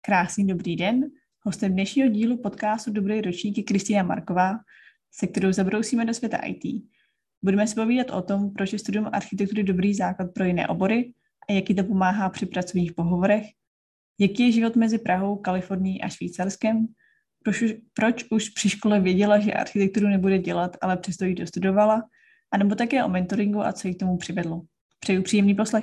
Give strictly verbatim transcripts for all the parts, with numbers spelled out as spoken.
Krásný dobrý den. Hostem dnešního dílu podcastu Dobrý ročník je Kristýna Marková, se kterou zabrousíme do světa í té. Budeme si povídat o tom, proč je studium architektury dobrý základ pro jiné obory a jaký to pomáhá při pracovních pohovorech, jaký je život mezi Prahou, Kalifornií a Švýcarskem, proč už, proč už při škole věděla, že architekturu nebude dělat, ale přesto ji dostudovala, anebo také o mentoringu a co jí k tomu přivedlo. Přeju příjemný poslech.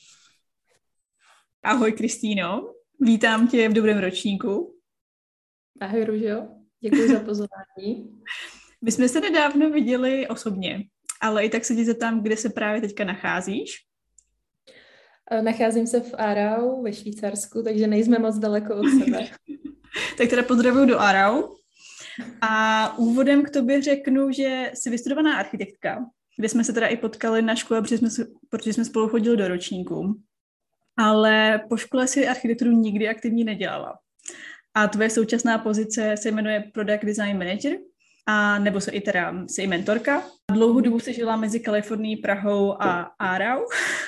Ahoj Kristýno, vítám tě v dobrém ročníku. Ahoj Růžo, děkuji za pozvání. My jsme se nedávno viděli osobně, ale i tak se tě zeptám, kde se právě teďka nacházíš? Nacházím se v Aarau ve Švýcarsku, takže nejsme moc daleko od sebe. Tak teda pozdravuju do Aarau. A úvodem k tobě řeknu, že jsi vystudovaná architektka, kde jsme se teda i potkali na škole, protože jsme, protože jsme spolu chodili do ročníku. Ale po škole si architekturu nikdy aktivně nedělala. A tvoje současná pozice se jmenuje Product Design Manager, a nebo se i teda jsi i mentorka. Dlouhou dobu se žila mezi Kalifornií, Prahou a Aarau.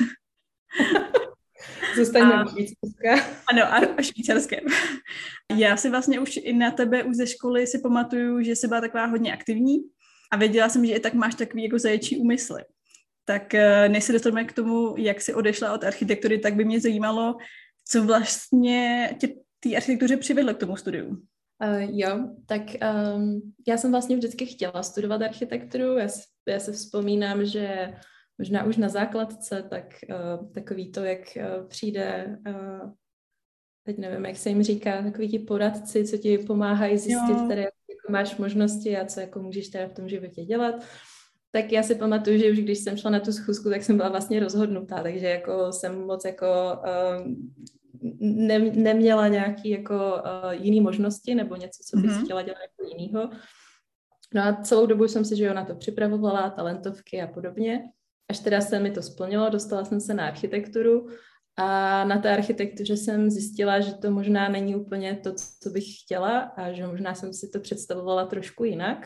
Zůstaňme Švýcarská. Ano, a Švýcarském. Já si vlastně už i na tebe už ze školy si pamatuju, že jsi byla taková hodně aktivní a věděla jsem, že i tak máš takový jako zaječí úmysly. Tak než se dostaneme k tomu, jak jsi odešla od architektury, tak by mě zajímalo, co vlastně tě té architektuře přivedlo k tomu studiu. Uh, jo, tak um, já jsem vlastně vždycky chtěla studovat architekturu. Já, já se vzpomínám, že možná už na základce, tak uh, takový to, jak uh, přijde, uh, teď nevím, jak se jim říká, takový ti poradci, co ti pomáhají zjistit, které jako máš možnosti a co jako můžeš teda v tom životě dělat. Tak já si pamatuju, že už když jsem šla na tu schůzku, tak jsem byla vlastně rozhodnutá, takže jako jsem moc jako um, ne, neměla nějaký jako uh, jiný možnosti nebo něco, co bych mm-hmm. chtěla dělat jako jinýho. No a celou dobu jsem si, že jo, na to připravovala, talentovky a podobně. Až teda se mi to splnilo, dostala jsem se na architekturu a na té architektuře jsem zjistila, že to možná není úplně to, co bych chtěla a že možná jsem si to představovala trošku jinak.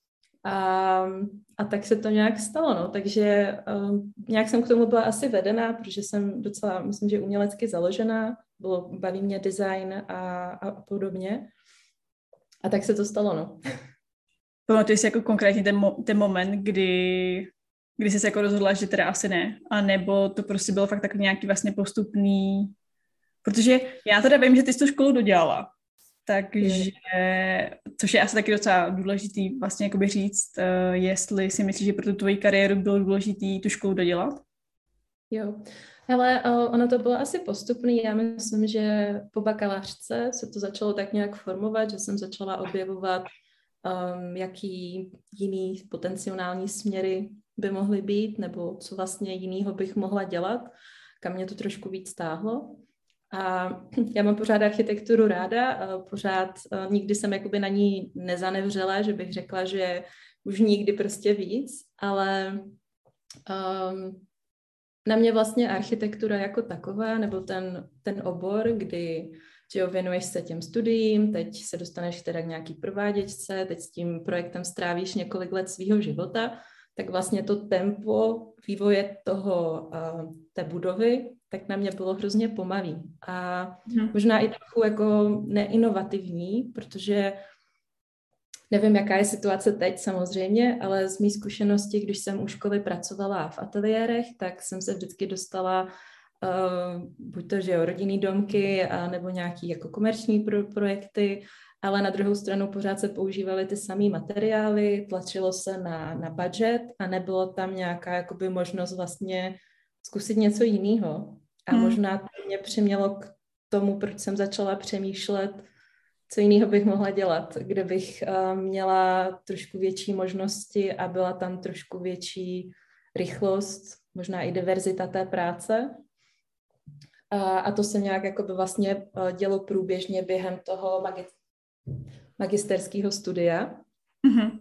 A, a tak se to nějak stalo, no, takže uh, nějak jsem k tomu byla asi vedená, protože jsem docela, myslím, že umělecky založená, bylo, baví mě design a, a podobně. A tak se to stalo, no. Pamatuješ si jako konkrétně ten, mo- ten moment, kdy, kdy jsi se jako rozhodla, že teda asi ne, a nebo to prostě bylo fakt takový nějaký vlastně postupný, protože já teda vím, že ty jsi tu školu dodělala. Takže, což je asi taky docela důležitý vlastně jakoby říct, uh, jestli si myslíš, že pro tu tvoji kariéru bylo důležitý tu školu dodělat? Jo, hele, uh, ono to bylo asi postupný. Já myslím, že po bakalářce se to začalo tak nějak formovat, že jsem začala objevovat, um, jaký jiný potenciální směry by mohly být, nebo co vlastně jinýho bych mohla dělat, kam mě to trošku víc táhlo. A já mám pořád architekturu ráda, pořád nikdy jsem jakoby na ní nezanevřela, že bych řekla, že už nikdy prostě víc, ale um, na mě vlastně architektura jako taková, nebo ten, ten obor, kdy že jo, věnuješ se těm studiím, teď se dostaneš teda k nějaký prováděčce, teď s tím projektem strávíš několik let svýho života, tak vlastně to tempo vývoje toho, uh, té budovy, tak na mě bylo hrozně pomalý. A hmm. možná i trochu jako neinovativní, protože nevím, jaká je situace teď samozřejmě, ale z mých zkušeností, když jsem u školy pracovala v ateliérech, tak jsem se vždycky dostala uh, buď to, že jo, rodinný domky, a nebo nějaký jako komerční pro- projekty, ale na druhou stranu pořád se používaly ty samé materiály, tlačilo se na, na budget a nebylo tam nějaká jakoby možnost vlastně zkusit něco jiného. A hmm. možná to mě přimělo k tomu, proč jsem začala přemýšlet, co jiného bych mohla dělat, kde bych uh, měla trošku větší možnosti a byla tam trošku větší rychlost, možná i diverzita té práce. Uh, a to se nějak jakoby vlastně uh, dělo průběžně během toho magi- magisterského studia. Mm-hmm.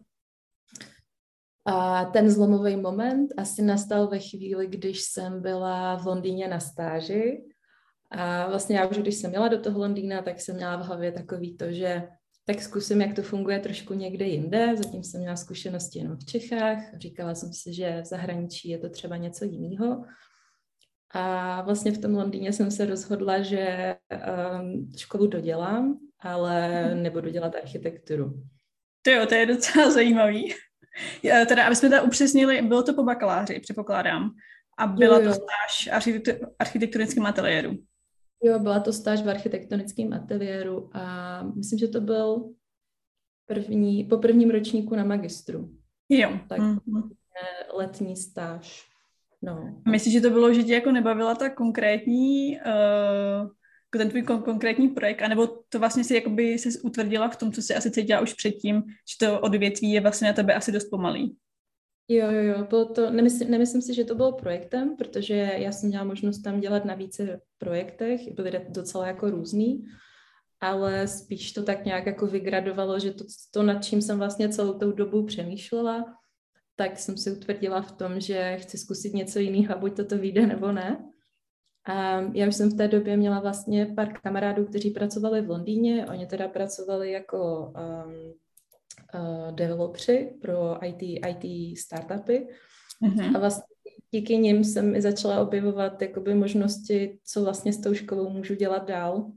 A ten zlomový moment asi nastal ve chvíli, když jsem byla v Londýně na stáži. A vlastně já už, když jsem jela do toho Londýna, tak jsem měla v hlavě takový to, že tak zkusím, jak to funguje trošku někde jinde. Zatím jsem měla zkušenosti jenom v Čechách. Říkala jsem si, že v zahraničí je to třeba něco jiného. A vlastně v tom Londýně jsem se rozhodla, že um, školu dodělám, ale nebudu dělat architekturu. To jo, to je docela zajímavý. Teda, aby jsme teda upřesnili, bylo to po bakaláři, předpokládám. A byla jo, jo. to stáž architektu- architektonickém ateliéru. Jo, byla to stáž v architektonickém ateliéru a myslím, že to byl první, po prvním ročníku na magistru. Jo. Tak Mm-hmm. letní stáž. No. Myslíš, že to bylo, že tě jako nebavila ta konkrétní, uh, ten tvůj kon- konkrétní projekt, anebo to vlastně si jakoby se utvrdila v tom, co jsi asi cítila už předtím, že to odvětví je vlastně na tebe asi dost pomalý? Jo, jo, jo, bylo to, nemyslím, nemyslím si, že to bylo projektem, protože já jsem měla možnost tam dělat na více projektech, byly docela jako různý, ale spíš to tak nějak jako vygradovalo, že to, to nad čím jsem vlastně celou tou dobu přemýšlela, tak jsem si utvrdila v tom, že chci zkusit něco jiného, buď to to vyjde nebo ne. A já už jsem v té době měla vlastně pár kamarádů, kteří pracovali v Londýně, oni teda pracovali jako um, uh, developři pro I T, I T startupy. Mm-hmm. A vlastně díky nim jsem i začala objevovat jakoby možnosti, co vlastně s tou školou můžu dělat dál.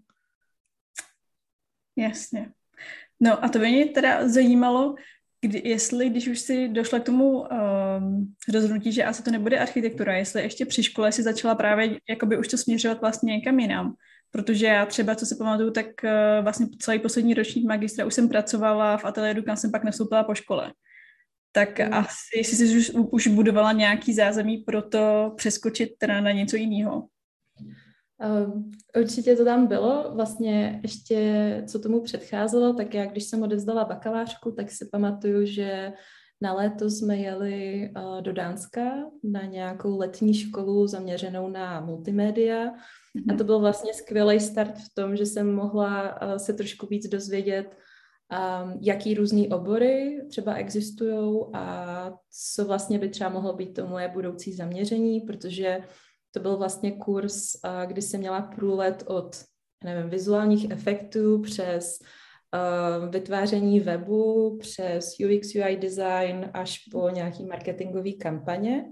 Jasně. No a to by mě teda zajímalo, kdy, jestli, když už si došla k tomu um, rozhodnutí, že asi to nebude architektura, jestli ještě při škole si začala právě jakoby už to směřovat vlastně někam jinam. Protože já třeba, co se pamatuju, tak uh, vlastně celý poslední ročník magistra už jsem pracovala v ateliéru, kam jsem pak nastoupila po škole. Tak mm. asi jestli jsi už, už budovala nějaký zázemí pro to přeskočit teda na něco jiného. Uh, určitě to tam bylo, vlastně ještě co tomu předcházelo, tak já když jsem odevzdala bakalářku, tak si pamatuju, že na léto jsme jeli uh, do Dánska na nějakou letní školu zaměřenou na multimédia mm-hmm. a to byl vlastně skvělý start v tom, že jsem mohla uh, se trošku víc dozvědět, um, jaký různý obory třeba existujou a co vlastně by třeba mohlo být to moje budoucí zaměření, protože to byl vlastně kurz, kdy jsem měla průlet od, nevím, vizuálních efektů přes uh, vytváření webu, přes U X U I design až po nějaký marketingový kampaně.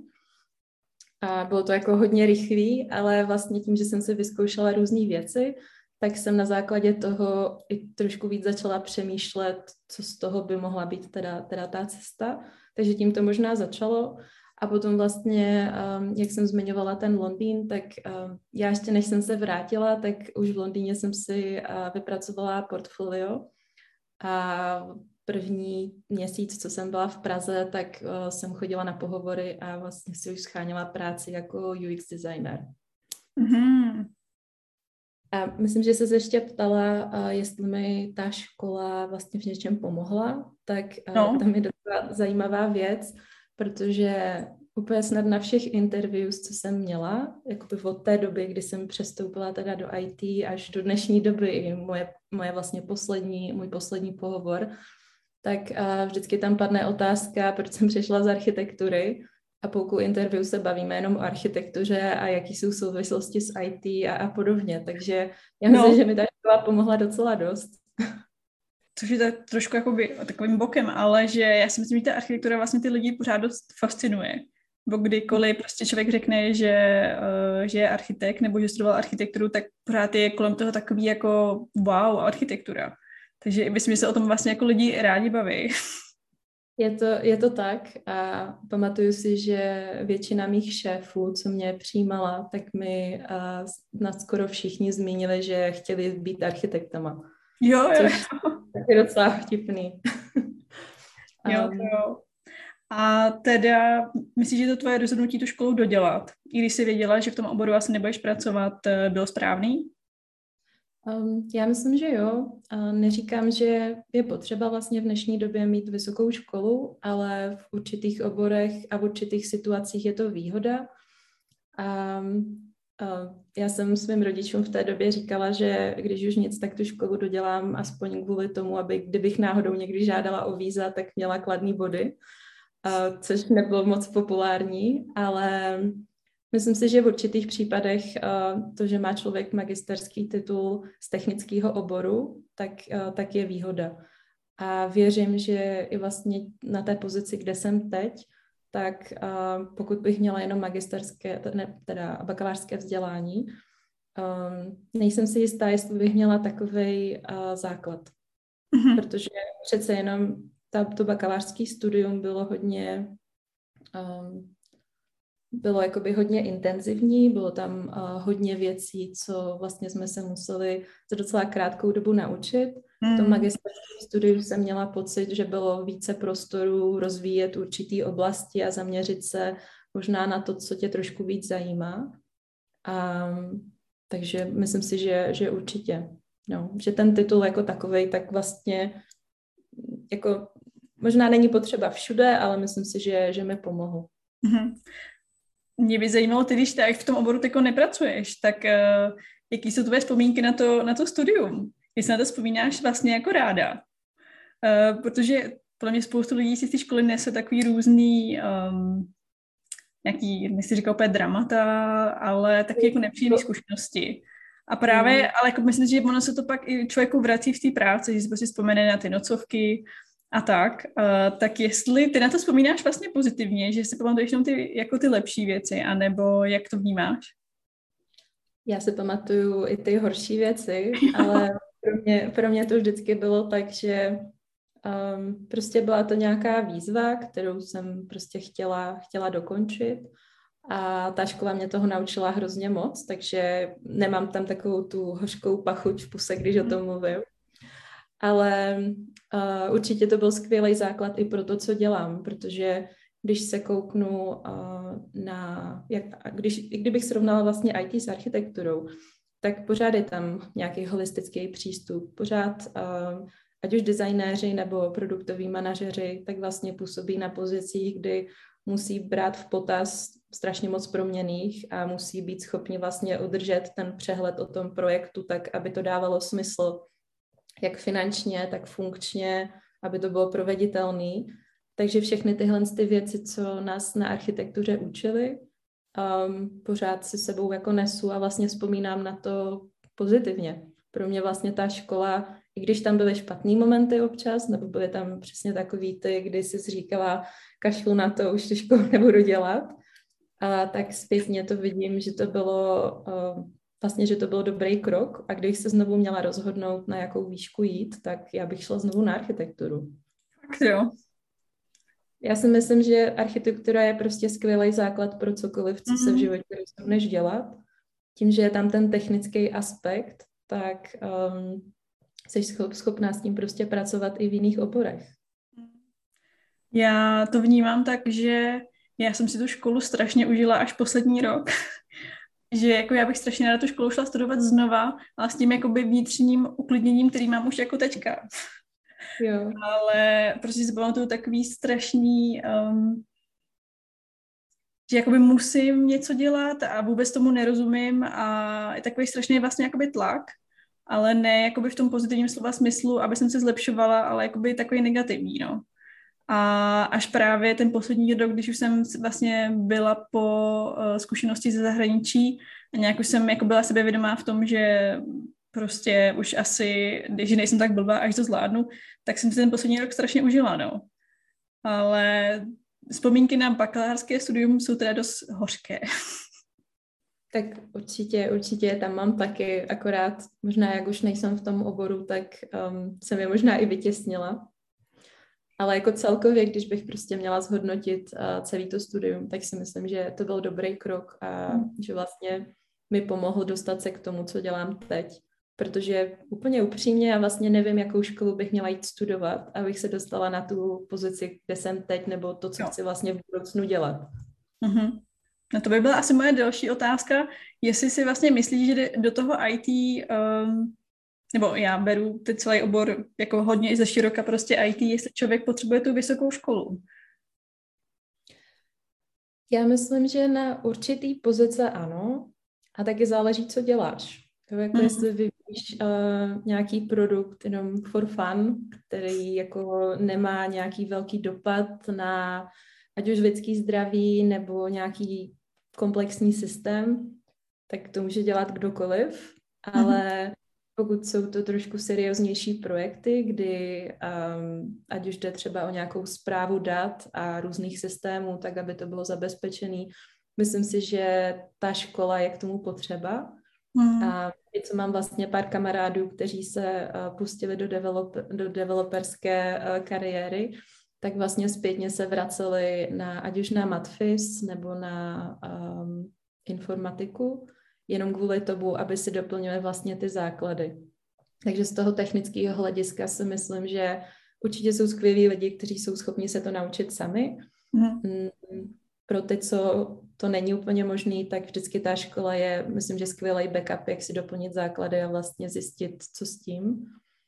A bylo to jako hodně rychlý, ale vlastně tím, že jsem si vyzkoušela různé věci, tak jsem na základě toho i trošku víc začala přemýšlet, co z toho by mohla být teda, teda ta cesta. Takže tím to možná začalo. A potom vlastně, um, jak jsem zmiňovala ten Londýn, tak um, já ještě než jsem se vrátila, tak už v Londýně jsem si uh, vypracovala portfolio a první měsíc, co jsem byla v Praze, tak uh, jsem chodila na pohovory a vlastně si už scháněla práci jako U X designer. Mm-hmm. A myslím, že se ještě ptala, uh, jestli mi ta škola vlastně v něčem pomohla, tak uh, no. Tam je docela zajímavá věc, protože úplně snad na všech interviews, co jsem měla, jakoby od té doby, kdy jsem přestoupila teda do I T až do dnešní doby, i moje, moje vlastně poslední, můj poslední pohovor, tak uh, vždycky tam padne otázka, proč jsem přišla z architektury a pokud interview se bavíme jenom o architektuře a jaký jsou souvislosti s I T a, a podobně, takže já myslím, no. že mi ta škola pomohla docela dost. Což je tak trošku jakoby takovým bokem, ale že já si myslím, že ta architektura vlastně ty lidi pořád dost fascinuje. Bo kdykoliv prostě člověk řekne, že, uh, že je architekt nebo že studoval architekturu, tak pořád je kolem toho takový jako wow, architektura. Takže myslím, že se o tom vlastně jako lidi rádi baví. Je to, je to tak a pamatuju si, že většina mých šéfů, co mě přijímala, tak mi uh, nad skoro všichni zmínili, že chtěli být architektama. Jo, jo. Což je docela vtipný. Jo, um, jo. A teda myslíš, že to tvoje rozhodnutí tu školu dodělat, i když jsi věděla, že v tom oboru asi nebudeš pracovat, byl správný? Um, já myslím, že jo. Uh, neříkám, že je potřeba vlastně v dnešní době mít vysokou školu, ale v určitých oborech a v určitých situacích je to výhoda. Um, uh, já jsem svým rodičům v té době říkala, že když už nic, tak tu školu dodělám aspoň kvůli tomu, aby kdybych náhodou někdy žádala o víza, tak měla kladný body, uh, což nebylo moc populární, ale myslím si, že v určitých případech uh, to, že má člověk magisterský titul z technického oboru, tak, uh, tak je výhoda. A věřím, že i vlastně na té pozici, kde jsem teď, tak uh, pokud bych měla jenom magisterské, ne, teda bakalářské vzdělání, um, nejsem si jistá, jestli bych měla takovej uh, základ. Mm-hmm. Protože přece jenom ta, to bakalářské studium bylo hodně um, bylo jakoby hodně intenzivní, bylo tam uh, hodně věcí, co vlastně jsme se museli za docela krátkou dobu naučit. Mm. V tom magisterském studiu jsem měla pocit, že bylo více prostoru rozvíjet určitý oblasti a zaměřit se možná na to, co tě trošku víc zajímá. A, takže myslím si, že, že určitě. No, že ten titul jako takovej, tak vlastně jako možná není potřeba všude, ale myslím si, že, že mi pomohl. Mm-hmm. Mě by zajímalo, ty, když tak v tom oboru tyko nepracuješ, tak uh, jaký jsou tvoje vzpomínky na to, na to studium? Jestli na to vzpomínáš vlastně jako ráda. Uh, protože podle mě spoustu lidí si z té školy nese takový různý, um, nějaký, nechci říkat opět dramata, ale taky jako nepříjemné zkušenosti. A právě, mm. ale jako myslím, že ono se to pak i člověku vrací v té práci, že si prostě vzpomene na ty nocovky a tak. Uh, tak jestli ty na to vzpomínáš vlastně pozitivně, že si pamatuješ jenom ty, jako ty lepší věci, anebo jak to vnímáš? Já si pamatuju i ty horší věci, ale pro mě, pro mě to vždycky bylo tak, že um, prostě byla to nějaká výzva, kterou jsem prostě chtěla, chtěla dokončit. A ta škola mě toho naučila hrozně moc, takže nemám tam takovou tu hořkou pachuť v puse, když o tom mluvím. Ale uh, určitě to byl skvělý základ i pro to, co dělám, protože když se kouknu uh, na, jak, když, i kdybych srovnala vlastně í té s architekturou, tak pořád je tam nějaký holistický přístup. Pořád, uh, ať už designéři nebo produktoví manažeři, tak vlastně působí na pozicích, kdy musí brát v potaz strašně moc proměnných a musí být schopni vlastně udržet ten přehled o tom projektu tak, aby to dávalo smysl, jak finančně, tak funkčně, aby to bylo proveditelné. Takže všechny tyhle ty věci, co nás na architektuře učili, um, pořád si sebou jako nesu a vlastně vzpomínám na to pozitivně. Pro mě vlastně ta škola, i když tam byly špatný momenty občas, nebo byly tam přesně takový ty, kdy jsi říkala, kašlu na to, už tu školu nebudu dělat, a tak zpětně to vidím, že to bylo uh, vlastně, že to byl dobrý krok a když se znovu měla rozhodnout, na jakou výšku jít, tak já bych šla znovu na architekturu. Tak jo. Já si myslím, že architektura je prostě skvělý základ pro cokoliv, co se v životě rozhodneš dělat. Tím, že je tam ten technický aspekt, tak um, jsi schopná s tím prostě pracovat i v jiných oborech. Já to vnímám tak, že já jsem si tu školu strašně užila až poslední rok. Že jako já bych strašně ráda tu školu šla studovat znova, ale s tím jakoby vnitřním uklidněním, který mám už jako teďka. Jo. Ale prostě si pamatuju takový strašný, um, že jakoby musím něco dělat a vůbec tomu nerozumím a je takový strašný vlastně jakoby tlak, ale ne jakoby v tom pozitivním slova smyslu, aby jsem se zlepšovala, ale jakoby takový negativní, no. A až právě ten poslední rok, když už jsem vlastně byla po uh, zkušenosti ze zahraničí a nějak už jsem jako byla sebevědomá v tom, že prostě už asi, když nejsem tak blbá, až to zvládnu, tak jsem si ten poslední rok strašně užila, no. Ale vzpomínky na bakalářské studium jsou teda dost hořké. Tak určitě, určitě tam mám taky, akorát možná jak už nejsem v tom oboru, tak um, jsem je možná i vytěsnila. Ale jako celkově, když bych prostě měla zhodnotit uh, celý to studium, tak si myslím, že to byl dobrý krok a mm. že vlastně mi pomohl dostat se k tomu, co dělám teď. Protože úplně upřímně já vlastně nevím, jakou školu bych měla jít studovat, abych se dostala na tu pozici, kde jsem teď, nebo to, co jo. chci vlastně v budoucnu dělat. Mm-hmm. No to by byla asi moje další otázka, jestli si vlastně myslíš, že do toho í té, um, nebo já beru teď celý obor jako hodně i ze široka prostě í té, jestli člověk potřebuje tu vysokou školu. Já myslím, že na určitý pozice ano, a taky záleží, co děláš. To jako mm. jestli vyvíjíš uh, nějaký produkt jenom for fun, který jako nemá nějaký velký dopad na ať už lidský zdraví nebo nějaký komplexní systém, tak to může dělat kdokoliv, ale Pokud jsou to trošku serióznější projekty, kdy um, ať už jde třeba o nějakou správu dat a různých systémů, tak aby to bylo zabezpečené, myslím si, že ta škola je k tomu potřeba. Mm. A i co mám vlastně pár kamarádů, kteří se uh, pustili do, develop, do developerské uh, kariéry, tak vlastně zpětně se vraceli na, ať už na matfis nebo na um, informatiku, jenom kvůli tomu, aby si doplnili vlastně ty základy. Takže z toho technického hlediska si myslím, že určitě jsou skvělí lidi, kteří jsou schopni se to naučit sami. Mm. Pro ty, co to není úplně možný, tak vždycky ta škola je, myslím, že skvělý backup, jak si doplnit základy a vlastně zjistit, co s tím.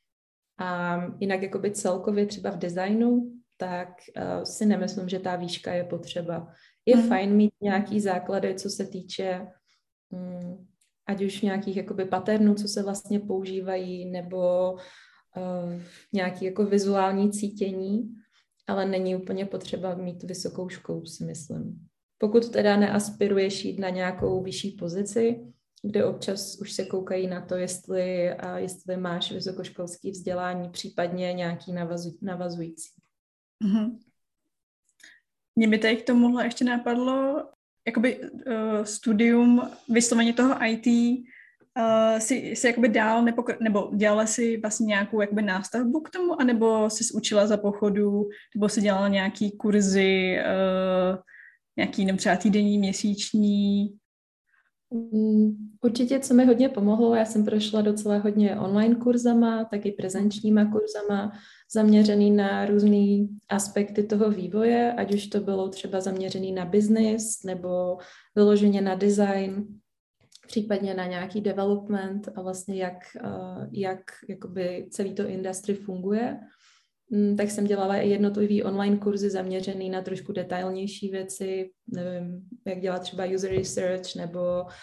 A jinak jakoby celkově třeba v designu, tak uh, si nemyslím, že ta výška je potřeba. Je mm. fajn mít nějaký základy, co se týče um, ať už nějakých jakoby patternů, co se vlastně používají, nebo uh, nějaký jako vizuální cítění, ale není úplně potřeba mít vysokou školu, si myslím. Pokud teda neaspiruješ jít na nějakou vyšší pozici, kde občas už se koukají na to, jestli, a jestli máš vysokoškolské vzdělání, případně nějaký navazu, navazující. Mm-hmm. Mě by tady k tomuhle ještě napadlo, jakoby uh, studium vysloveně toho í té uh, si, si jakoby dál nepokr- nebo dělala si vlastně nějakou jakoby nástavbu k tomu, anebo jsi učila za pochodu, nebo si dělala nějaký kurzy, uh, nějaký nebo třeba týdenní, měsíční? Určitě, co mi hodně pomohlo, já jsem prošla docela hodně online kurzama, taky prezenčníma kurzama, zaměřený na různé aspekty toho vývoje, ať už to bylo třeba zaměřený na business nebo vyloženě na design, případně na nějaký development a vlastně jak, jak jakoby celý to industry funguje. Tak jsem dělala i jednotlivý online kurzy zaměřený na trošku detailnější věci, nevím, jak dělat třeba user research nebo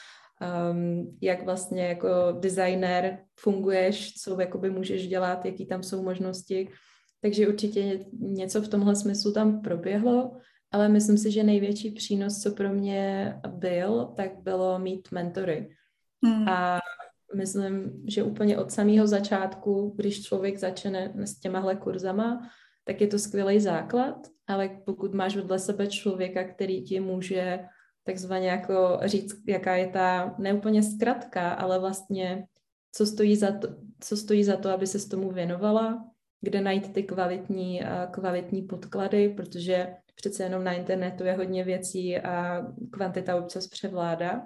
um, jak vlastně jako designer funguješ, co jakoby můžeš dělat, jaký tam jsou možnosti. Takže určitě něco v tomhle smyslu tam proběhlo, ale myslím si, že největší přínos, co pro mě byl, tak bylo mít mentory. Hmm. A myslím, že úplně od samého začátku, když člověk začne s těmahle kurzama, tak je to skvělý základ, ale pokud máš vedle sebe člověka, který ti může takzvaně jako říct, jaká je ta neúplně zkratka, ale vlastně co stojí za to, co stojí za to, aby se s tomu věnovala, kde najít ty kvalitní, kvalitní podklady, protože přece jenom na internetu je hodně věcí a kvantita občas převládá.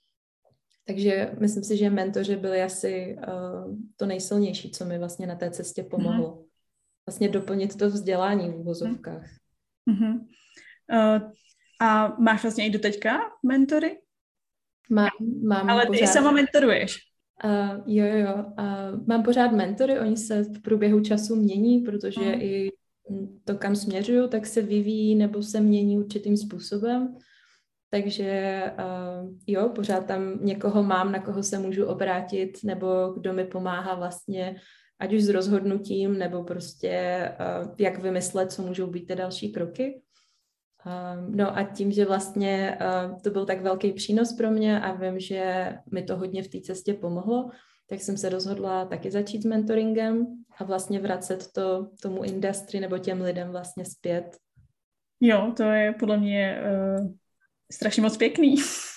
Takže myslím si, že mentoři byli asi uh, to nejsilnější, co mi vlastně na té cestě pomohlo. Mm-hmm. Vlastně doplnit to vzdělání v uvozovkách. Mm-hmm. Uh, a máš vlastně i doteďka mentory? Mám, mám Ale ty pořád... sama mentoruješ? Uh, jo, jo, jo. Uh, mám pořád mentory, oni se v průběhu času mění, protože mm. i to, kam směřuju, tak se vyvíjí nebo se mění určitým způsobem. Takže uh, jo, pořád tam někoho mám, na koho se můžu obrátit, nebo kdo mi pomáhá vlastně, ať už s rozhodnutím, nebo prostě uh, jak vymyslet, co můžou být ty další kroky. Uh, no a tím, že vlastně uh, to byl tak velký přínos pro mě a vím, že mi to hodně v té cestě pomohlo, tak jsem se rozhodla taky začít s mentoringem a vlastně vracet to tomu industry nebo těm lidem vlastně zpět. Jo, to je podle mě... Uh... strašně moc pěkný.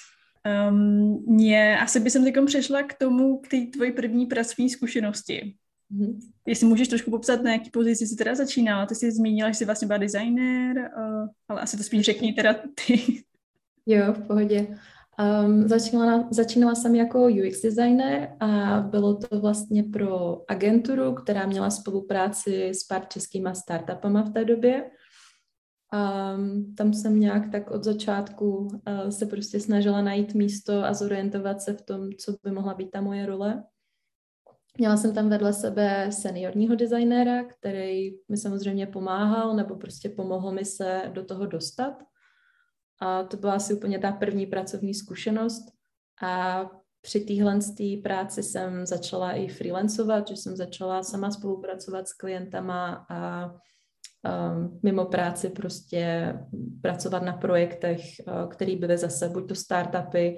Um, mě, asi bych jsem teďkom přešla k tomu, k té tvojí první pracovní zkušenosti. Mm-hmm. Jestli můžeš trošku popsat, na jaký pozici jsi teda začínala. Ty jsi zmínila, že jsi vlastně byla designer, uh, ale asi to spíš řekni teda ty. Jo, v pohodě. Um, začínala, začínala jsem jako U X designer a bylo to vlastně pro agenturu, která měla spolupráci s pár českýma startupama v té době. Um, tam jsem nějak tak od začátku uh, se prostě snažila najít místo a zorientovat se v tom, co by mohla být ta moje role. Měla jsem tam vedle sebe seniorního designéra, který mi samozřejmě pomáhal, nebo prostě pomohl mi se do toho dostat. A to byla asi úplně ta první pracovní zkušenost. A při téhle práci jsem začala i freelancovat, že jsem začala sama spolupracovat s klientama a um, mimo práci prostě pracovat na projektech, uh, které byly zase buď to startupy,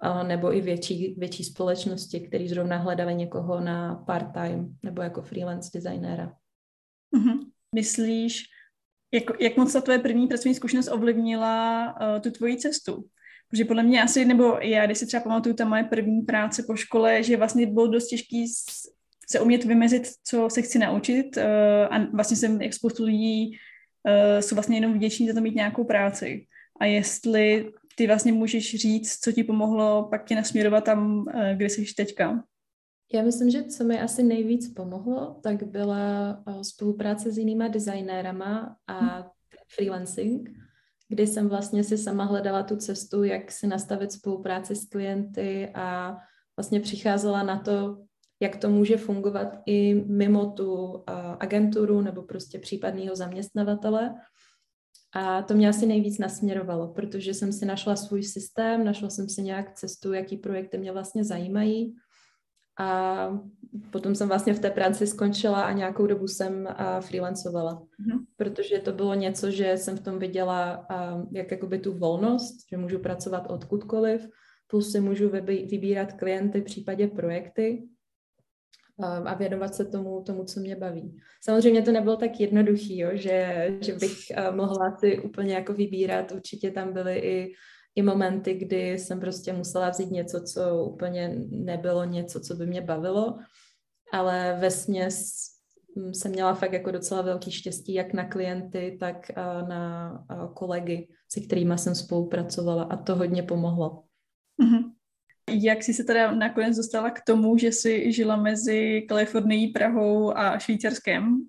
nebo i větší, větší společnosti, které zrovna hledali někoho na part-time nebo jako freelance designéra. Mm-hmm. Myslíš, jak, jak moc ta tvoje první pracovní zkušenost ovlivnila uh, tu tvoji cestu? Protože podle mě asi, nebo já, když si třeba pamatuju, ta moje první práce po škole, že vlastně bylo dost těžký se umět vymezit, co se chci naučit uh, a vlastně jsem, jak spoustu lidí uh, jsou vlastně jenom vděční za to mít nějakou práci. A jestli ty vlastně můžeš říct, co ti pomohlo pak tě nasměrovat tam, uh, kde jsi teďka. Já myslím, že co mi asi nejvíc pomohlo, tak byla uh, spolupráce s jinýma designérama a hmm. freelancing, kdy jsem vlastně si sama hledala tu cestu, jak si nastavit spolupráci s klienty a vlastně přicházela na to, jak to může fungovat i mimo tu uh, agenturu nebo prostě případného zaměstnavatele. A to mě asi nejvíc nasměrovalo, protože jsem si našla svůj systém, našla jsem si nějak cestu, jaký projekty mě vlastně zajímají. A potom jsem vlastně v té práci skončila a nějakou dobu jsem uh, freelancovala, mm-hmm. protože to bylo něco, že jsem v tom viděla uh, jak jakoby tu volnost, že můžu pracovat odkudkoliv, plus si můžu vybí- vybírat klienty v případě projekty uh, a věnovat se tomu, tomu, co mě baví. Samozřejmě to nebylo tak jednoduchý, jo, že, že bych uh, mohla si úplně jako vybírat, určitě tam byly i i momenty, kdy jsem prostě musela vzít něco, co úplně nebylo něco, co by mě bavilo, ale vesměs jsem měla fakt jako docela velký štěstí, jak na klienty, tak na kolegy, se kterými jsem spolupracovala a to hodně pomohlo. Mm-hmm. Jak jsi se teda nakonec dostala k tomu, že jsi žila mezi Kalifornií, Prahou a Švýcarskem?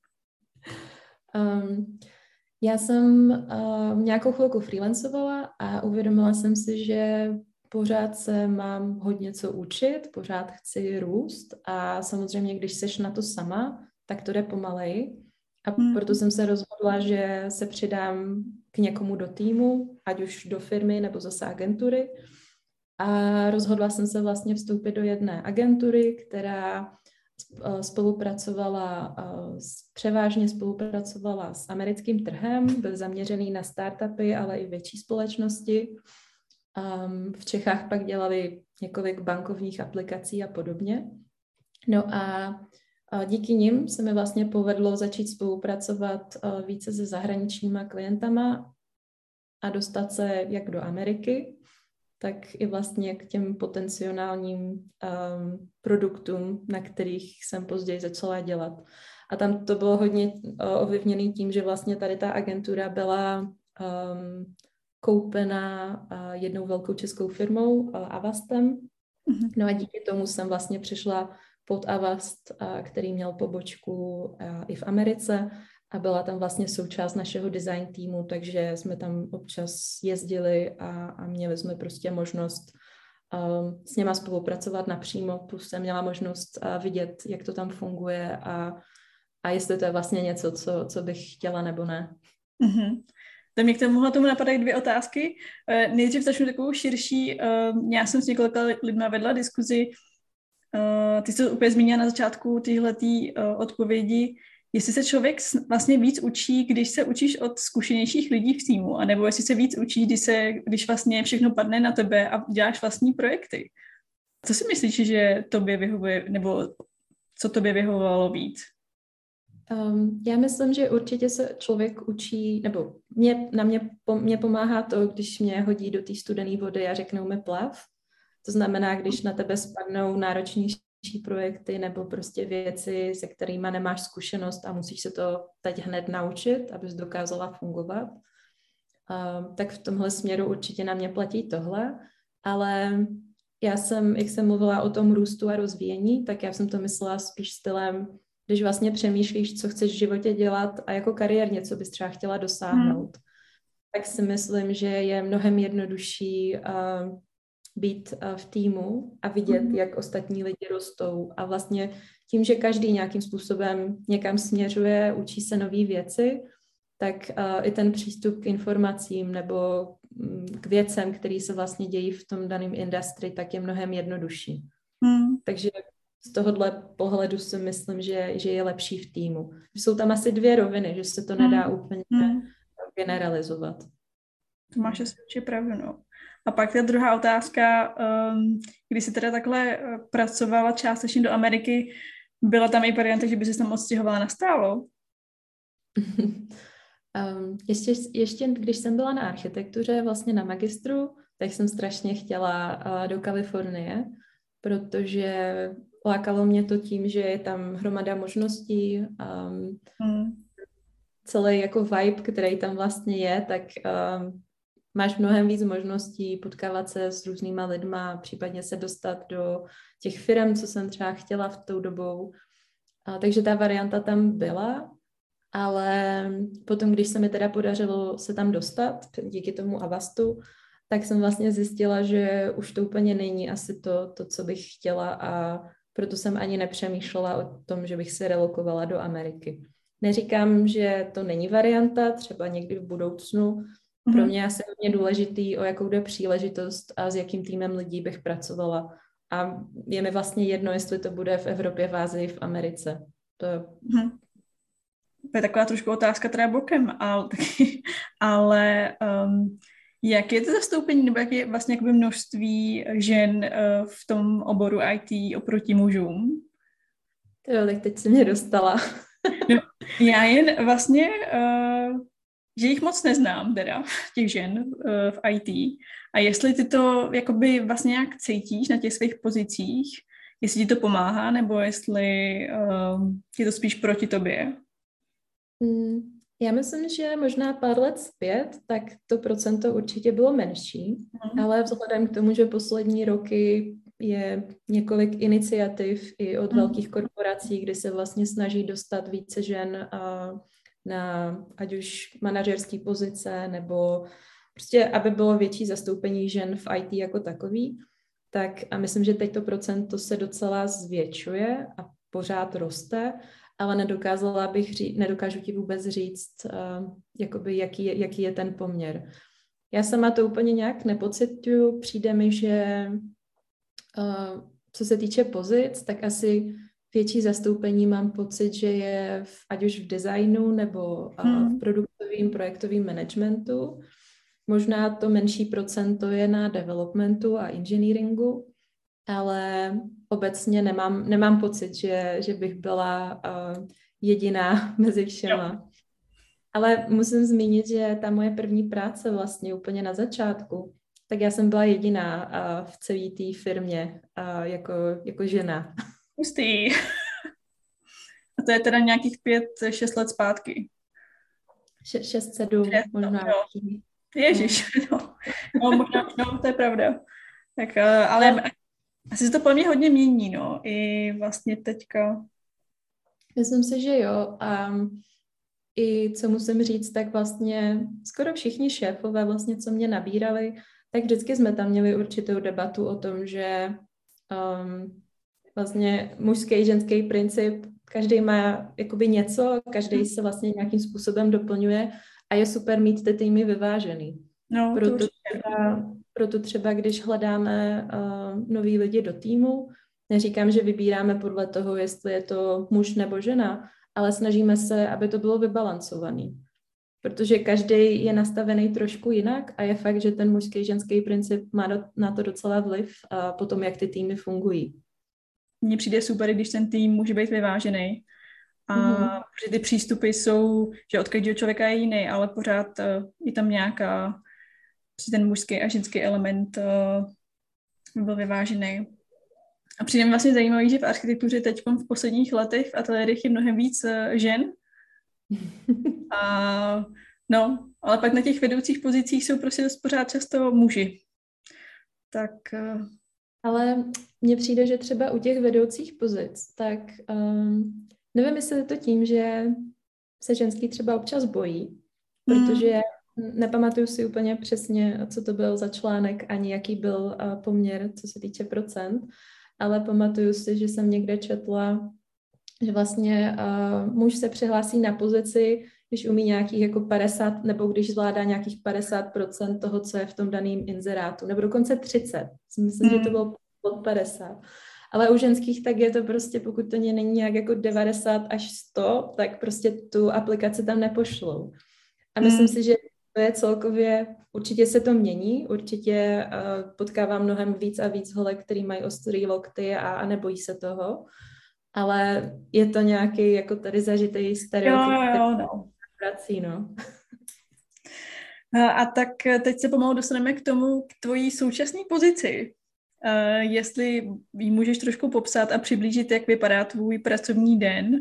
Um, Já jsem uh, nějakou chvilku freelancovala a uvědomila jsem si, že pořád se mám hodně co učit, pořád chci růst a samozřejmě, když seš na to sama, tak to jde pomaleji. A hmm. proto jsem se rozhodla, že se přidám k někomu do týmu, ať už do firmy nebo zase agentury. A rozhodla jsem se vlastně vstoupit do jedné agentury, která spolupracovala, převážně spolupracovala s americkým trhem, byl zaměřený na startupy, ale i větší společnosti. V Čechách pak dělali několik bankovních aplikací a podobně. No a díky nim se mi vlastně povedlo začít spolupracovat více se zahraničníma klientama a dostat se jak do Ameriky, tak i vlastně k těm potenciálním um, produktům, na kterých jsem později začala dělat. A tam to bylo hodně uh, ovlivněné tím, že vlastně tady ta agentura byla um, koupena uh, jednou velkou českou firmou, uh, Avastem. Mm-hmm. No a díky tomu jsem vlastně přišla pod Avast, uh, který měl pobočku uh, i v Americe, a byla tam vlastně součást našeho design týmu, takže jsme tam občas jezdili a, a měli jsme prostě možnost um, s něma spolupracovat napřímo, plus jsem měla možnost uh, vidět, jak to tam funguje a, a jestli to je vlastně něco, co, co bych chtěla nebo ne. Mm-hmm. Tak mě k tomu, tomu napadají dvě otázky. Uh, nejdřív začnu takovou širší. Uh, já jsem s několika lidmi vedla diskuzi. Uh, ty jsi to úplně zmínila na začátku tyhletý uh, odpovědi, jestli se člověk vlastně víc učí, když se učíš od zkušenějších lidí v týmu, anebo jestli se víc učí, když, se, když vlastně všechno padne na tebe a děláš vlastní projekty. Co si myslíš, že tobě vyhovuje, nebo co tobě vyhovovalo víc? Um, já myslím, že určitě se člověk učí, nebo mě, na mě, mě pomáhá to, když mě hodí do té studené vody a řeknou mi plav. To znamená, když na tebe spadnou náročnější projekty nebo prostě věci, se kterými nemáš zkušenost a musíš se to teď hned naučit, abys dokázala fungovat. Uh, tak v tomhle směru určitě na mě platí tohle, ale já jsem, jak jsem mluvila o tom růstu a rozvíjení, tak já jsem to myslela spíš stylem, když vlastně přemýšlíš, co chceš v životě dělat a jako kariérně, co bys třeba chtěla dosáhnout, hmm. tak si myslím, že je mnohem jednodušší uh, být v týmu a vidět, mm. jak ostatní lidi rostou. A vlastně tím, že každý nějakým způsobem někam směřuje, učí se nové věci, tak uh, i ten přístup k informacím nebo um, k věcem, které se vlastně dějí v tom daném industrii, tak je mnohem jednodušší. Mm. Takže z tohohle pohledu si myslím, že, že je lepší v týmu. Jsou tam asi dvě roviny, že se to nedá mm. úplně mm. generalizovat. To máš asi určitě pravdu, no. A pak ta druhá otázka, um, když jsi teda takhle pracovala částečně do Ameriky, byla tam i varianta, že by se tam odstěhovala na stálo? um, ještě, ještě když jsem byla na architektuře, vlastně na magistru, tak jsem strašně chtěla uh, do Kalifornie, protože lákalo mě to tím, že je tam hromada možností, um, hmm. celý jako vibe, který tam vlastně je, tak um, máš mnohem víc možností potkávat se s různýma lidma, případně se dostat do těch firm, co jsem třeba chtěla v tou dobou. A, takže ta varianta tam byla, ale potom, když se mi teda podařilo se tam dostat, díky tomu Avastu, tak jsem vlastně zjistila, že už to úplně není asi to, to, co bych chtěla, a proto jsem ani nepřemýšlela o tom, že bych se relokovala do Ameriky. Neříkám, že to není varianta, třeba někdy v budoucnu. Mm-hmm. Pro mě je asi hodně důležitý, o jakou jde příležitost a s jakým týmem lidí bych pracovala. A je mi vlastně jedno, jestli to bude v Evropě, v Ázii, v Americe. To mm-hmm. To je taková trošku otázka teda bokem, ale, ale um, jak je to zastoupení, nebo jak je vlastně jakoby množství žen uh, v tom oboru í té oproti mužům? Jo, tak teď se mě dostala. No, já jen vlastně, uh, že jich moc neznám teda, těch žen uh, v í té. A jestli ty to jakoby vlastně nějak cítíš na těch svých pozicích, jestli ti to pomáhá, nebo jestli uh, je to spíš proti tobě? Hmm, já myslím, že možná pár let zpět, tak to procento určitě bylo menší, mm. ale vzhledem k tomu, že poslední roky je několik iniciativ i od mm. velkých korporací, kdy se vlastně snaží dostat více žen a na ať už manažerské pozice, nebo prostě, aby bylo větší zastoupení žen v í té jako takový, tak a myslím, že teď to procento se docela zvětšuje a pořád roste, ale nedokázala bych říct, nedokážu ti vůbec říct, uh, jakoby jaký, je, jaký je ten poměr. Já sama to úplně nějak nepocituju, přijde mi, že uh, co se týče pozic, tak asi větší zastoupení mám pocit, že je v, ať už v designu nebo uh, hmm. v produktovém projektovém managementu. Možná to menší procento je na developmentu a engineeringu, ale obecně nemám, nemám pocit, že, že bych byla uh, jediná mezi všema. Jo. Ale musím zmínit, že ta moje první práce vlastně úplně na začátku, tak já jsem byla jediná uh, v celé té firmě uh, jako, jako žena. Hustý. A to je teda nějakých pět, šest let zpátky. Še, šest, sedm, šest, možná. No, Ježiš, no. no, možná, no, to je pravda. Tak, uh, ale... No. Asi se to po mně hodně mění, no, i vlastně teďka. Myslím si, že jo. A i co musím říct, tak vlastně skoro všichni šéfové, vlastně, co mě nabírali, tak vždycky jsme tam měli určitou debatu o tom, že um, vlastně mužský i ženský princip, každý má jakoby něco, každý se vlastně nějakým způsobem doplňuje a je super mít ty týmy vyvážený. No, Proto třeba, proto třeba, když hledáme uh, nový lidi do týmu, neříkám, že vybíráme podle toho, jestli je to muž nebo žena, ale snažíme se, aby to bylo vybalancovaný. Protože každý je nastavený trošku jinak a je fakt, že ten mužský ženský princip má do, na to docela vliv a potom, jak ty týmy fungují. Mně přijde super, když ten tým může být vyvážený. A mm-hmm. ty přístupy jsou, že od každého člověka je jiný, ale pořád uh, je tam nějaká ten mužský a ženský element uh, byl vyvážený. A přijde mi vlastně zajímavý, že v architektuře teď v posledních letech v ateliérech je mnohem víc uh, žen. A no, ale pak na těch vedoucích pozicích jsou prostě pořád často muži. Tak... Uh... Ale mně přijde, že třeba u těch vedoucích pozic, tak um, nevím, jestli je to tím, že se ženský třeba občas bojí, protože nepamatuju si úplně přesně, co to byl za článek, ani jaký byl uh, poměr, co se týče procent, ale pamatuju si, že jsem někde četla, že vlastně uh, muž se přihlásí na pozici, když umí nějakých jako padesát, nebo když zvládá nějakých padesát procent toho, co je v tom daném inzerátu, nebo dokonce třicet. Myslím, mm. že to bylo pod padesát. Ale u ženských tak je to prostě, pokud to není nějak jako devadesát až sto, tak prostě tu aplikaci tam nepošlou. A myslím mm. si, že to je celkově, určitě se to mění, určitě uh, potkávám mnohem víc a víc holek, který mají ostrý lokty a, a nebojí se toho, ale je to nějaký jako tady zažitý stereotyp, Jo, který jo, no. prací, no. A tak teď se pomalu dostaneme k tomu, k tvojí současné pozici. Uh, jestli ji můžeš trošku popsat a přiblížit, jak vypadá tvůj pracovní den?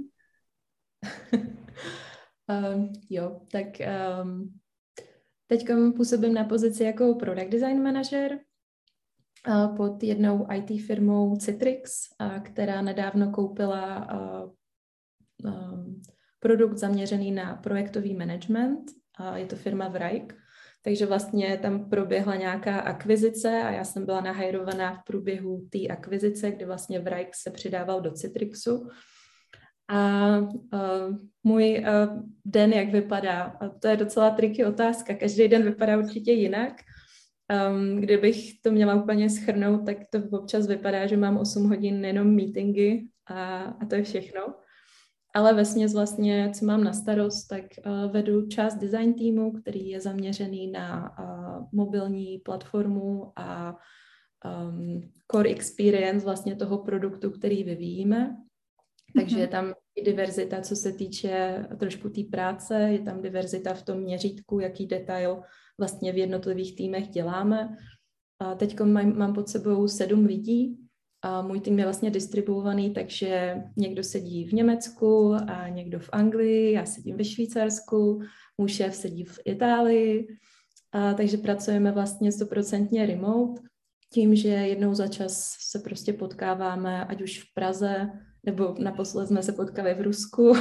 um, jo, tak um, teď působím na pozici jako product design manažer uh, pod jednou í té firmou Citrix, uh, která nedávno koupila uh, um, produkt zaměřený na projektový management. Uh, je to firma Vrajk. Takže vlastně tam proběhla nějaká akvizice a já jsem byla nahajrovaná v průběhu té akvizice, kdy vlastně Vrajk se přidával do Citrixu. A uh, můj uh, den, jak vypadá, a to je docela triky otázka, každý den vypadá určitě jinak. Um, kdybych to měla úplně shrnout, tak to občas vypadá, že mám osm hodin jenom meetingy a, a to je všechno. Ale vesměs vlastně, co mám na starost, tak uh, vedu část design týmu, který je zaměřený na uh, mobilní platformu a um, core experience vlastně toho produktu, který vyvíjíme. Takže je tam i diverzita, co se týče trošku té práce, je tam diverzita v tom měřítku, jaký detail vlastně v jednotlivých týmech děláme. A teď mám, mám pod sebou sedm lidí a můj tým je vlastně distribuovaný, takže někdo sedí v Německu a někdo v Anglii, já sedím ve Švýcarsku, můj šéf sedí v Itálii, a takže pracujeme vlastně stoprocentně remote, tím, že jednou za čas se prostě potkáváme, ať už v Praze, nebo naposled jsme se potkali v Rusku.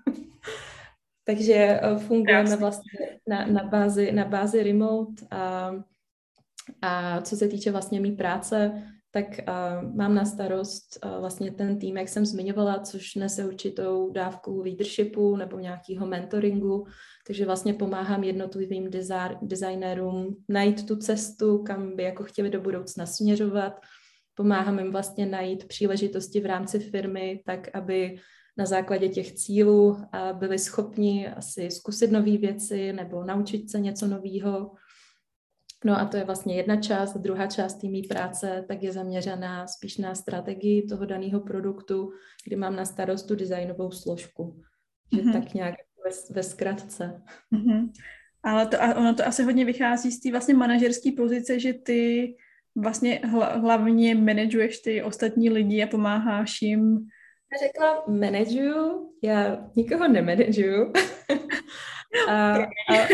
Takže fungujeme vlastně na, na, bázi, na bázi remote. A, a co se týče vlastně mý práce, tak uh, mám na starost uh, vlastně ten tým, jak jsem zmiňovala, což nese určitou dávku leadershipu nebo nějakého mentoringu, takže vlastně pomáhám jednotlivým desi- designérům najít tu cestu, kam by jako chtěli do budoucna směřovat. Pomáhám jim vlastně najít příležitosti v rámci firmy, tak aby na základě těch cílů uh, byli schopni asi zkusit nové věci nebo naučit se něco nového. No a to je vlastně jedna část. Druhá část té mý práce tak je zaměřená spíš na strategii toho daného produktu, kdy mám na starost tu designovou složku. Že mm-hmm. tak nějak ve, ve zkratce. Mm-hmm. Ale to, ono to asi hodně vychází z té vlastně manažerské pozice, že ty vlastně hla, hlavně manažuješ ty ostatní lidi a pomáháš jim. Já řekla manažuju, já nikoho nemanažuju. a, a,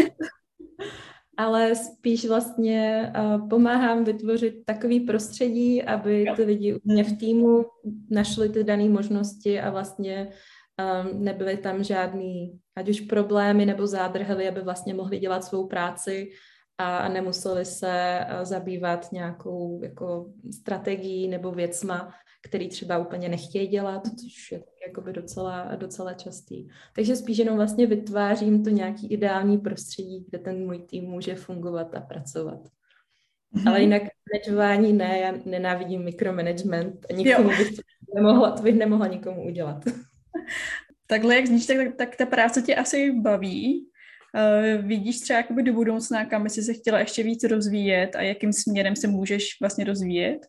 ale spíš vlastně uh, pomáhám vytvořit takový prostředí, aby ty lidi u mě v týmu našli ty dané možnosti a vlastně um, nebyly tam žádný, ať už problémy nebo zádrhely, aby vlastně mohli dělat svou práci a nemuseli se uh, zabývat nějakou jako strategií nebo věcma, který třeba úplně nechtějí dělat, což je jakoby docela, docela častý. Takže spíš jenom vlastně vytvářím to nějaký ideální prostředí, kde ten můj tým může fungovat a pracovat. Mm-hmm. Ale jinak manažování ne, já nenávidím mikromanagement a nikomu bych to nemohla, to bych nemohla nikomu udělat. Takhle, jak zníš, tak, tak ta práce tě asi baví. Uh, vidíš třeba jakoby do budoucna, kam jsi se chtěla ještě víc rozvíjet a jakým směrem se můžeš vlastně rozvíjet?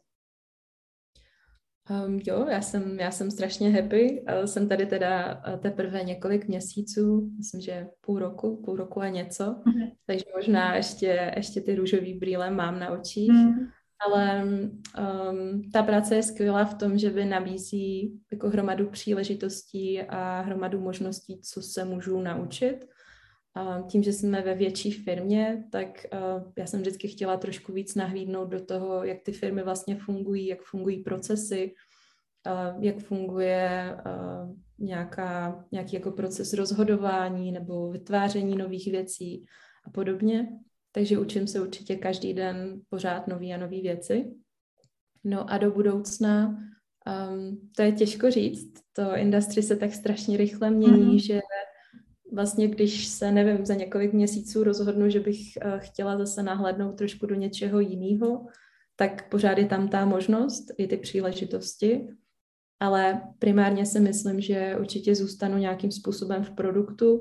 Um, jo, já jsem, já jsem strašně happy. Uh, jsem tady teda uh, teprve několik měsíců, myslím, že půl roku, půl roku a něco, mm-hmm. takže možná ještě, ještě ty růžový brýle mám na očích, mm-hmm. ale um, ta práce je skvělá v tom, že by nabízí jako hromadu příležitostí a hromadu možností, co se můžu naučit. Tím, že jsme ve větší firmě, tak uh, já jsem vždycky chtěla trošku víc nahlídnout do toho, jak ty firmy vlastně fungují, jak fungují procesy, uh, jak funguje uh, nějaká, nějaký jako proces rozhodování nebo vytváření nových věcí a podobně. Takže učím se určitě každý den pořád nový a nový věci. No a do budoucna, um, to je těžko říct, to industry se tak strašně rychle mění, mm-hmm. že vlastně, když se, nevím, za několik měsíců rozhodnu, že bych uh, chtěla zase nahlédnout trošku do něčeho jiného, tak pořád je tam ta možnost, i ty příležitosti, ale primárně si myslím, že určitě zůstanu nějakým způsobem v produktu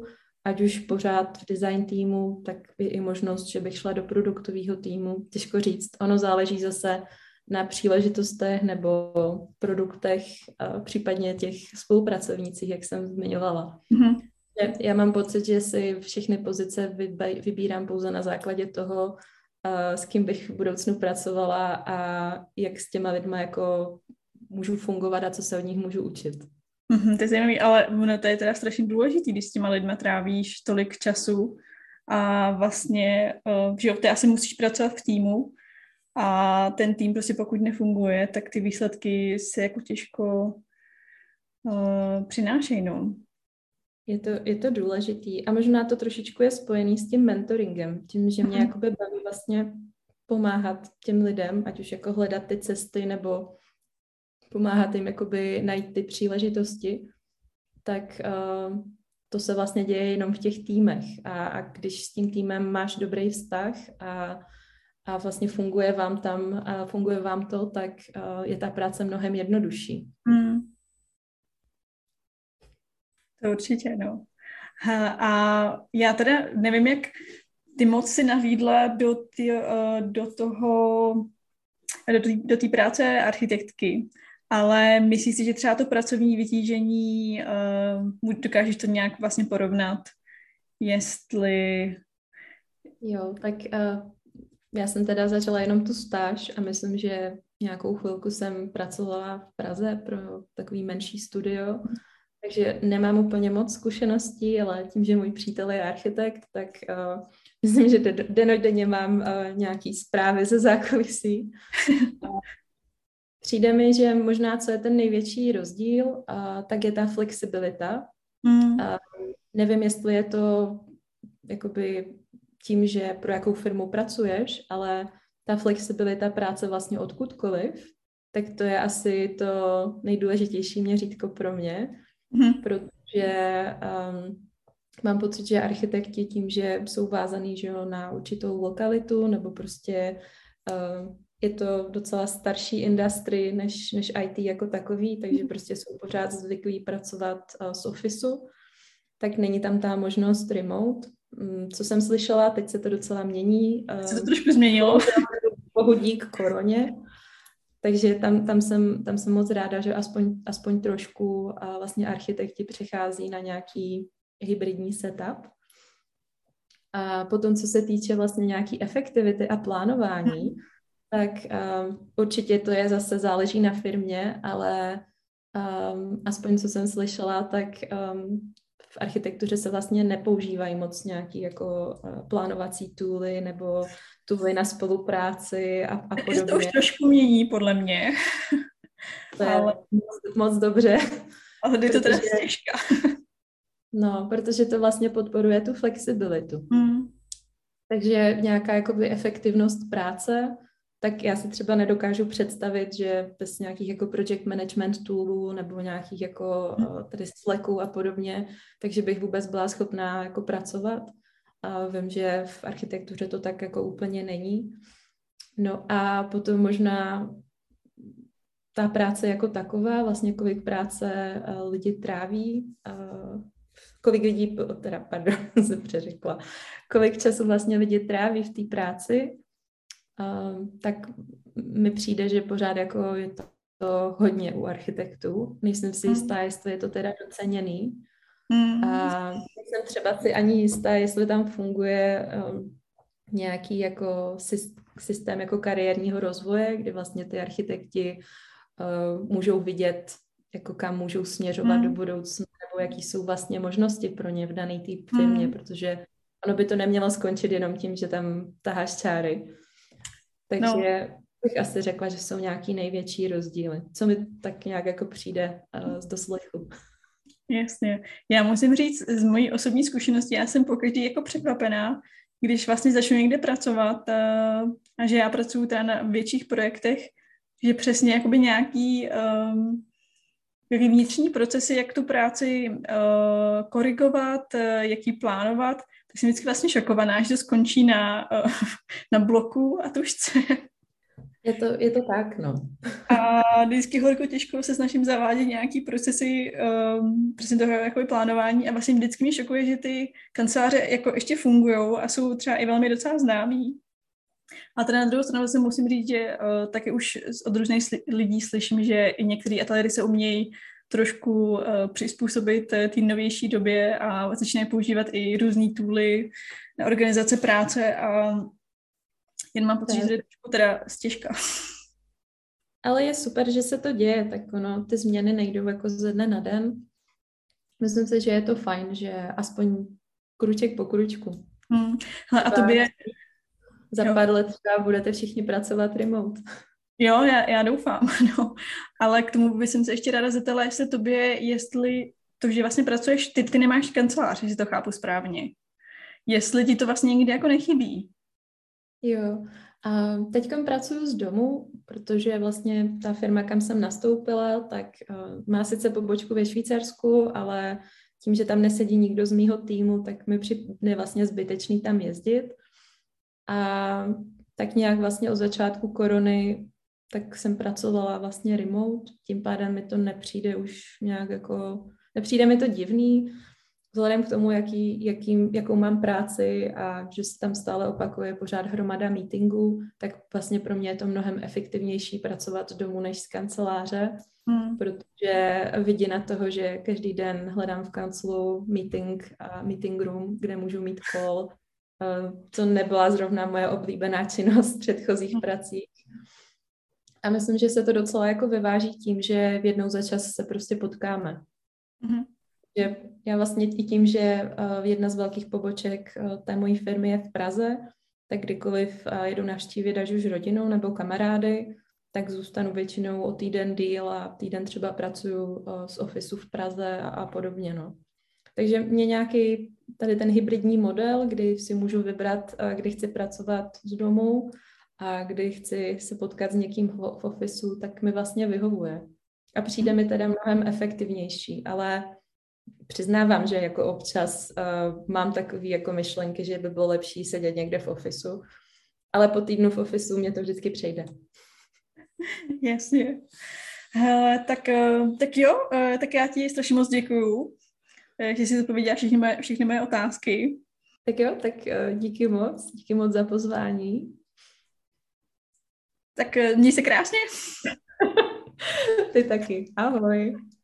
ať už pořád v design týmu, tak je i možnost, že bych šla do produktového týmu. Těžko říct. Ono záleží zase na příležitostech nebo produktech, a případně těch spolupracovnících, jak jsem zmiňovala. Mm-hmm. Já mám pocit, že si všechny pozice vybírám pouze na základě toho, s kým bych v budoucnu pracovala a jak s těma lidma jako můžu fungovat a co se od nich můžu učit. Mm-hmm, to je zajímavý, ale ono to je teda strašně důležitý, když s těma lidma trávíš tolik času a vlastně, že jo, ty asi musíš pracovat v týmu a ten tým prostě pokud nefunguje, tak ty výsledky se jako těžko uh, přinášejí, no. Je to, je to důležitý a možná to trošičku je spojený s tím mentoringem, tím, že mě jakoby baví vlastně pomáhat těm lidem, ať už jako hledat ty cesty nebo pomáhat jim jakoby najít ty příležitosti, tak uh, to se vlastně děje jenom v těch týmech a, a když s tím týmem máš dobrý vztah a, a vlastně funguje vám tam a funguje vám to, tak uh, je ta práce mnohem jednodušší. Hmm. To určitě, no. A já teda nevím, jak ty moc si navídla do, ty, do toho, do té práce architektky, ale myslíš si, že třeba to pracovní vytížení, uh, dokážeš to nějak vlastně porovnat, jestli... Jo, tak uh, já jsem teda začala jenom tu stáž a myslím, že nějakou chvilku jsem pracovala v Praze pro takový menší studio, takže nemám úplně moc zkušeností, ale tím, že můj přítel je architekt, tak uh, myslím, že denodenně mám uh, nějaký zprávy ze zákulisí. Uh, přijde mi, že možná, co je ten největší rozdíl, uh, tak je ta flexibilita. Mm. Uh, nevím, jestli je to jakoby tím, že pro jakou firmu pracuješ, ale ta flexibilita práce vlastně odkudkoliv, tak to je asi to nejdůležitější měřítko pro mě. Hmm. Protože um, mám pocit, že architekti tím, že jsou vázaný, že jo, na určitou lokalitu, nebo prostě uh, je to docela starší industry než, než í té jako takový, takže prostě jsou pořád zvyklí pracovat uh, z ofisu, tak není tam ta možnost remote. Um, co jsem slyšela, teď se to docela mění. Uh, se to trošku změnilo. Bohu dík koroně. Takže tam, tam, jsem, tam jsem moc ráda, že aspoň, aspoň trošku a vlastně architekti přechází na nějaký hybridní setup. A potom, co se týče vlastně nějaký efektivity a plánování, tak um, určitě to je zase záleží na firmě, ale um, aspoň co jsem slyšela, tak um, v architektuře se vlastně nepoužívají moc nějaký jako uh, plánovací tooly nebo tooly na spolupráci a, a podobně. To už trošku mění, podle mě. To je ale... moc, moc dobře. Ale je to teda těžká. No, protože to vlastně podporuje tu flexibilitu. Mm. Takže nějaká jakoby efektivnost práce, tak já si třeba nedokážu představit, že bez nějakých jako project management toolů nebo nějakých jako tady Slacků a podobně, takže bych vůbec byla schopná jako pracovat. A vím, že v architektuře to tak jako úplně není. No a potom možná ta práce jako taková, vlastně kolik práce lidi tráví, kolik lidí, teda pardon, jsem přeřekla, kolik času vlastně lidi tráví v té práci, tak mi přijde, že pořád jako je to, to hodně u architektů. Nejsem si jistá, jestli je to teda doceněný. Mm. A nejsem třeba si ani jistá, jestli tam funguje um, nějaký jako systém jako kariérního rozvoje, kdy vlastně ty architekti uh, můžou vidět, jako kam můžou směřovat mm. do budoucna, nebo jaký jsou vlastně možnosti pro ně v daný typ firmě, mm. protože ono by to nemělo skončit jenom tím, že tam taháš čáry. Takže no. bych asi řekla, že jsou nějaký největší rozdíly. Co mi tak nějak jako přijde uh, z doslechu. Jasně. Já musím říct, z mojí osobní zkušenosti, já jsem pokaždý jako překvapená, když vlastně začnu někde pracovat a, a že já pracuji teda na větších projektech, že přesně jakoby nějaký um, jaký vnitřní procesy, jak tu práci uh, korigovat, uh, jak ji plánovat, tak jsem vždycky vlastně šokovaná, že to skončí na, uh, na bloku a tužce. Je to, je to tak, no. A vždycky horko těžko se snažím zavádět nějaký procesy um, prostě toho jako plánování a vlastně vždycky mě šokuje, že ty kanceláře jako ještě fungují a jsou třeba i velmi docela známí. A teda na druhou stranu se musím říct, že uh, taky už od různých sli- lidí slyším, že i některé ateliéry se umějí trošku uh, přizpůsobit té novější době a začínají používat i různý tooly na organizace práce a jen mám pocit, že to je trošku teda stěžka. Ale je super, že se to děje, tak ono, ty změny nejdou jako ze dne na den. Myslím si, že je to fajn, že aspoň kruček po kručku. Hmm. Hele, a tobě... Za jo. pár let třeba budete všichni pracovat remote. Jo, já, já doufám, no. Ale k tomu bych se ještě ráda zeptala, jestli tobě, jestli to, že vlastně pracuješ, ty, ty nemáš kancelář, jestli to chápu správně. Jestli ti to vlastně někdy jako nechybí. Jo, a teďkom pracuji z domu, protože vlastně ta firma, kam jsem nastoupila, tak uh, má sice pobočku ve Švýcarsku, ale tím, že tam nesedí nikdo z mýho týmu, tak mi přijde vlastně zbytečný tam jezdit. A tak nějak vlastně od začátku korony tak jsem pracovala vlastně remote, tím pádem mi to nepřijde už nějak jako, nepřijde mi to divný, vzhledem k tomu, jaký, jaký, jakou mám práci a že se tam stále opakuje pořád hromada meetingů, tak vlastně pro mě je to mnohem efektivnější pracovat z domu než z kanceláře, hmm. protože vidina toho, že každý den hledám v kanclu meeting a meeting room, kde můžu mít call, to nebyla zrovna moje oblíbená činnost v předchozích hmm. pracích. A myslím, že se to docela jako vyváží tím, že v jednou za čas se prostě potkáme. Hmm. Že já vlastně i tím, že jedna z velkých poboček té mojí firmy je v Praze, tak kdykoliv jedu navštívit až už rodinu nebo kamarády, tak zůstanu většinou o týden díl a týden třeba pracuju z ofisu v Praze a, a podobně. No. Takže mě nějaký tady ten hybridní model, kdy si můžu vybrat, kdy chci pracovat z domu a kdy chci se potkat s někým v ofisu, tak mi vlastně vyhovuje. A přijde mi teda mnohem efektivnější, ale přiznávám, že jako občas uh, mám takové jako myšlenky, že by bylo lepší sedět někde v ofisu, ale po týdnu v ofisu mě to vždycky přejde. Jasně. Hele, tak, uh, tak jo, uh, tak já ti strašně moc děkuju, že jsi odpověděla všechny moje, všechny moje otázky. Tak jo, tak uh, díky moc, díky moc za pozvání. Tak uh, měj se krásně. Ty taky. Ahoj.